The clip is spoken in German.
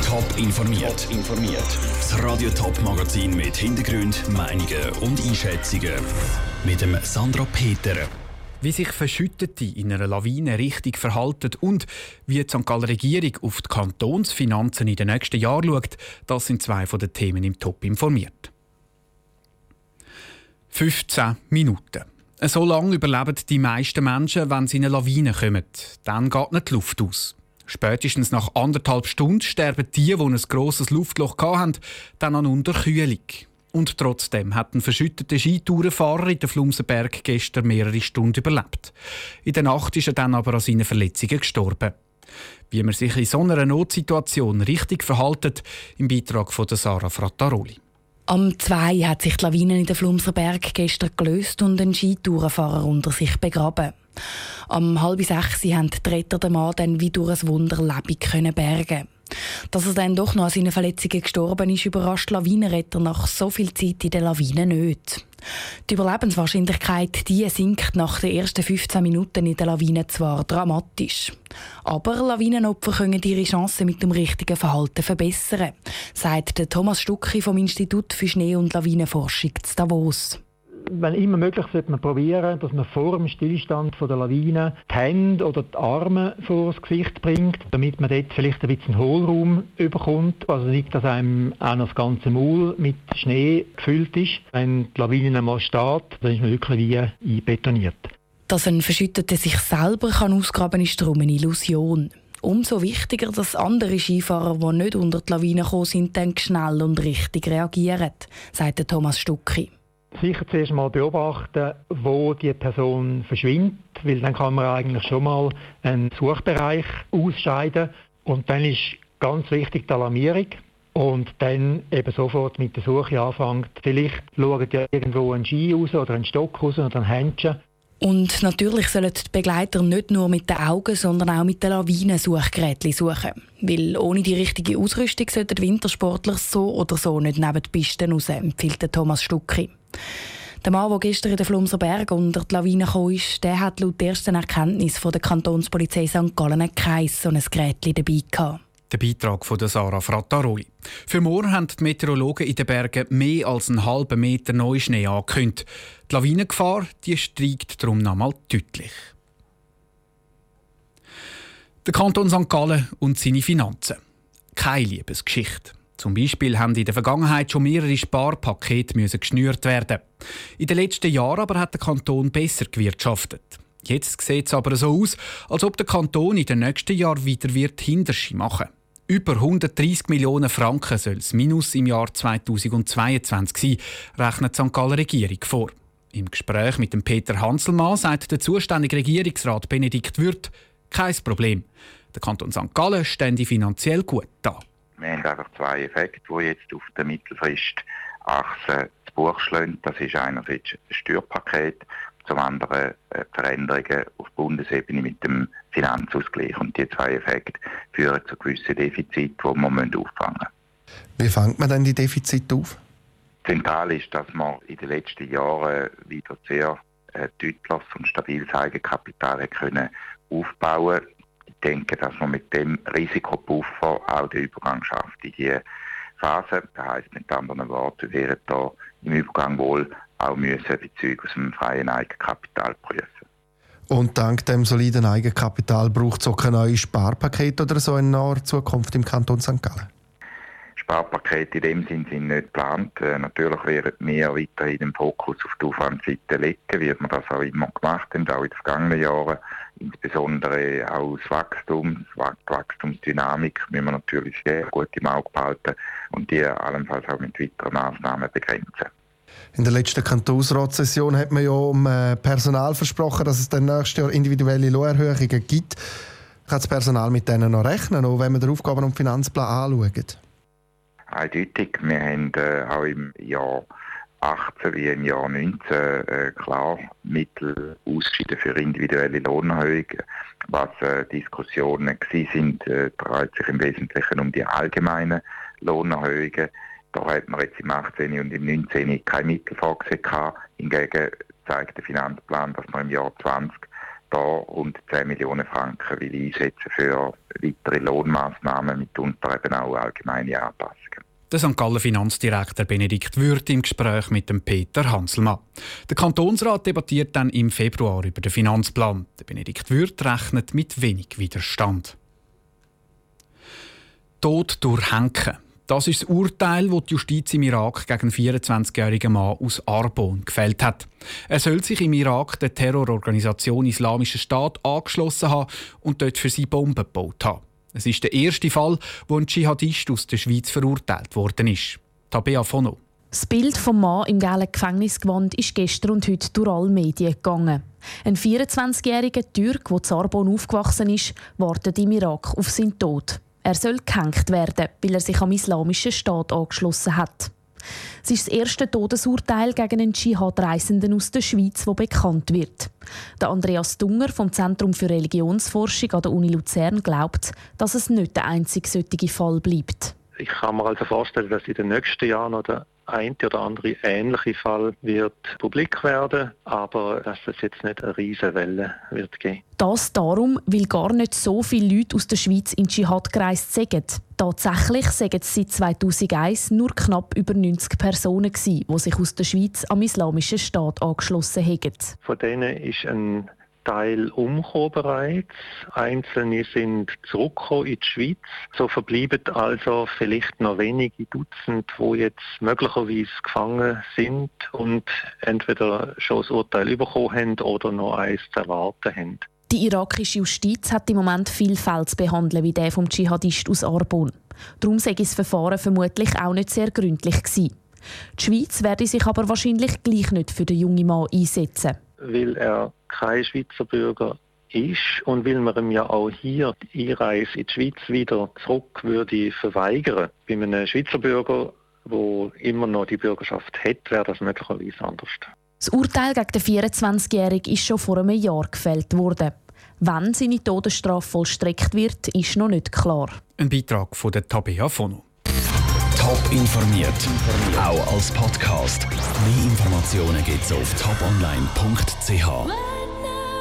Top informiert. Das Radio Top Magazin mit Hintergrund, Meinungen und Einschätzungen mit dem Sandra Peter. Wie sich Verschüttete in einer Lawine richtig verhalten und wie die St. Galler Regierung auf die Kantonsfinanzen in den nächsten Jahren schaut, das sind zwei von den Themen im Top informiert. 15 Minuten. So lange überleben die meisten Menschen, wenn sie in eine Lawine kommen. Dann geht nicht die Luft aus. Spätestens nach 1,5 Stunden sterben die ein grosses Luftloch hatten, dann an Unterkühlung. Und trotzdem hat ein verschütteter Skitourenfahrer in den Flumsenberg gestern mehrere Stunden überlebt. In der Nacht ist er dann aber an seinen Verletzungen gestorben. Wie man sich in so einer Notsituation richtig verhält, im Beitrag von Sarah Frattaroli. Am 2 hat sich die Lawine in den Flumserberg gestern gelöst und ein Skitourenfahrer unter sich begraben. Am 5:30 haben die Retter den Mann dann wie durch ein Wunder lebendig bergen. Dass er dann doch noch an seinen Verletzungen gestorben ist, überrascht Lawinenretter nach so viel Zeit in der Lawine nicht. Die Überlebenswahrscheinlichkeit die sinkt nach den ersten 15 Minuten in der Lawine zwar dramatisch. Aber Lawinenopfer können ihre Chancen mit dem richtigen Verhalten verbessern, sagt der Thomas Stucki vom Institut für Schnee- und Lawinenforschung in Davos. Wenn immer möglich, sollte man probieren, dass man vor dem Stillstand der Lawine die Hände oder die Arme vor das Gesicht bringt, damit man dort vielleicht ein bisschen Hohlraum bekommt. Also nicht, dass einem auch noch das ganze Maul mit Schnee gefüllt ist. Wenn die Lawine einmal steht, dann ist man wirklich wie einbetoniert. Dass ein Verschütteter sich selber ausgraben kann, ist darum eine Illusion. Umso wichtiger, dass andere Skifahrer, die nicht unter die Lawine gekommen sind, dann schnell und richtig reagieren, sagt Thomas Stucki. Sicher zuerst mal beobachten, wo die Person verschwindet, weil dann kann man eigentlich schon mal einen Suchbereich ausscheiden. Und dann ist ganz wichtig die Alarmierung und dann eben sofort mit der Suche anfängt. Vielleicht schaut ja irgendwo ein Ski raus oder ein Stock raus oder ein Händchen. Und natürlich sollen die Begleiter nicht nur mit den Augen, sondern auch mit den Lawinensuchgeräten suchen. Weil ohne die richtige Ausrüstung sollten Wintersportler so oder so nicht neben die Pisten raus, empfiehlt Thomas Stucki. Der Mann, der gestern in den Flumserberg unter die Lawine gekommen ist, der hat laut ersten Erkenntnis von der Kantonspolizei St. Gallen kein so ein Gerät dabei gehabt. Der Beitrag von Sarah Frattaroli. Für morgen haben die Meteorologen in den Bergen mehr als einen halben Meter Neuschnee angekündigt. Die Lawinengefahr die steigt darum noch einmal deutlich. Der Kanton St. Gallen und seine Finanzen. Keine Liebesgeschichte. Zum Beispiel haben in der Vergangenheit schon mehrere Sparpakete geschnürt werden. In den letzten Jahren aber hat der Kanton besser gewirtschaftet. Jetzt sieht es aber so aus, als ob der Kanton in den nächsten Jahren wieder Hinterschi machen wird. Über 130 Millionen Franken soll das Minus im Jahr 2022 sein, rechnet die St. Galler Regierung vor. Im Gespräch mit dem Peter Hanselmann sagt der zuständige Regierungsrat Benedikt Würth, kein Problem. Der Kanton St. Gallen stände finanziell gut da. Wir haben einfach zwei Effekte, die jetzt auf der Mittelfristachse zu Buch schlagen. Das ist einerseits das Steuerpaket, zum anderen Veränderungen auf Bundesebene mit dem Finanzausgleich. Und die zwei Effekte führen zu gewissen Defiziten, die wir auffangen müssen. Wie fängt man denn die Defizite auf? Zentral ist, dass wir in den letzten Jahren wieder sehr deutliches und stabiles Eigenkapital können aufbauen können. Ich denke, dass man mit dem Risikopuffer auch den Übergang schafft in die Phase. Das heisst mit anderen Worten, wir werden da im Übergang wohl auch Bezüge aus dem freien Eigenkapital prüfen. Und dank dem soliden Eigenkapital braucht es auch kein neues Sparpaket oder so in naher Zukunft im Kanton St. Gallen? Sparpakete in dem Sinn sind nicht geplant. Natürlich werden wir weiterhin den Fokus auf die Aufwandseite legen, wie wir das auch immer gemacht haben, auch in den vergangenen Jahren. Insbesondere auch das Wachstumsdynamik müssen wir natürlich sehr gut im Auge behalten und die allenfalls auch mit weiteren Massnahmen begrenzen. In der letzten Kantonsratssession hat man ja um Personal versprochen, dass es dann nächstes Jahr individuelle Lohnerhöhungen gibt. Kann das Personal mit denen noch rechnen, auch wenn man den Aufgaben- und Finanzplan anschaut? Eindeutig. Wir haben auch im Jahr 18 wie im Jahr 19 klar Mittel ausgeschieden für individuelle Lohnerhöhungen. Was Diskussionen waren, dreht sich im Wesentlichen um die allgemeinen Lohnerhöhungen. Da hat man jetzt im 18. und im 19. keine Mittel vorgesehen. Hingegen zeigt der Finanzplan, dass man im Jahr 20 da rund 10 Millionen Franken will einsetzen für weitere Lohnmaßnahmen, mitunter eben auch allgemeine Anpassungen. Der St. Gallen Finanzdirektor Benedikt Würth im Gespräch mit dem Peter Hanselmann. Der Kantonsrat debattiert dann im Februar über den Finanzplan. Der Benedikt Würth rechnet mit wenig Widerstand. Tod durch Henken. Das ist das Urteil, das die Justiz im Irak gegen einen 24-jährigen Mann aus Arbon gefällt hat. Er soll sich im Irak der Terrororganisation Islamischer Staat angeschlossen haben und dort für sie Bomben gebaut haben. Es ist der erste Fall, wo ein Dschihadist aus der Schweiz verurteilt worden ist. Tabea Fono. Das Bild vom Mann im gelben Gefängnisgewand ist gestern und heute durch alle Medien gegangen. Ein 24-jähriger Türk, der in Arbon aufgewachsen ist, wartet im Irak auf seinen Tod. Er soll gehängt werden, weil er sich am Islamischen Staat angeschlossen hat. Es ist das erste Todesurteil gegen einen Dschihad-Reisenden aus der Schweiz, der bekannt wird. Der Andreas Dunger vom Zentrum für Religionsforschung an der Uni Luzern glaubt, dass es nicht der einzige solche Fall bleibt. Ich kann mir also vorstellen, dass in den nächsten Jahren noch der eine oder andere ähnliche Fall wird publik werden, aber dass es jetzt nicht eine Riesenwelle wird geben. Das darum, weil gar nicht so viele Leute aus der Schweiz in Dschihad gereist sind. Tatsächlich waren es seit 2001 nur knapp über 90 Personen, die sich aus der Schweiz am Islamischen Staat angeschlossen haben. Von denen ist ein Teil umgekommen bereits. Einzelne sind zurückgekommen in die Schweiz. So verbleiben also vielleicht noch wenige Dutzend, die jetzt möglicherweise gefangen sind und entweder schon das Urteil bekommen haben oder noch eins zu erwarten haben. Die irakische Justiz hat im Moment viele Fälle zu behandeln wie der vom Dschihadist aus Arbon. Darum sei das Verfahren vermutlich auch nicht sehr gründlich gewesen. Die Schweiz werde sich aber wahrscheinlich gleich nicht für den jungen Mann einsetzen. Weil er kein Schweizer Bürger ist und weil man ihm ja auch hier die Einreise in die Schweiz wieder zurück würde verweigern. Bei einem Schweizer Bürger, der immer noch die Bürgerschaft hat, wäre das möglicherweise anders. Das Urteil gegen den 24-Jährigen ist schon vor einem Jahr gefällt worden. Wann seine Todesstrafe vollstreckt wird, ist noch nicht klar. Ein Beitrag von der Tabea Fono. Top informiert, auch als Podcast. Mehr Informationen gibt's auf toponline.ch.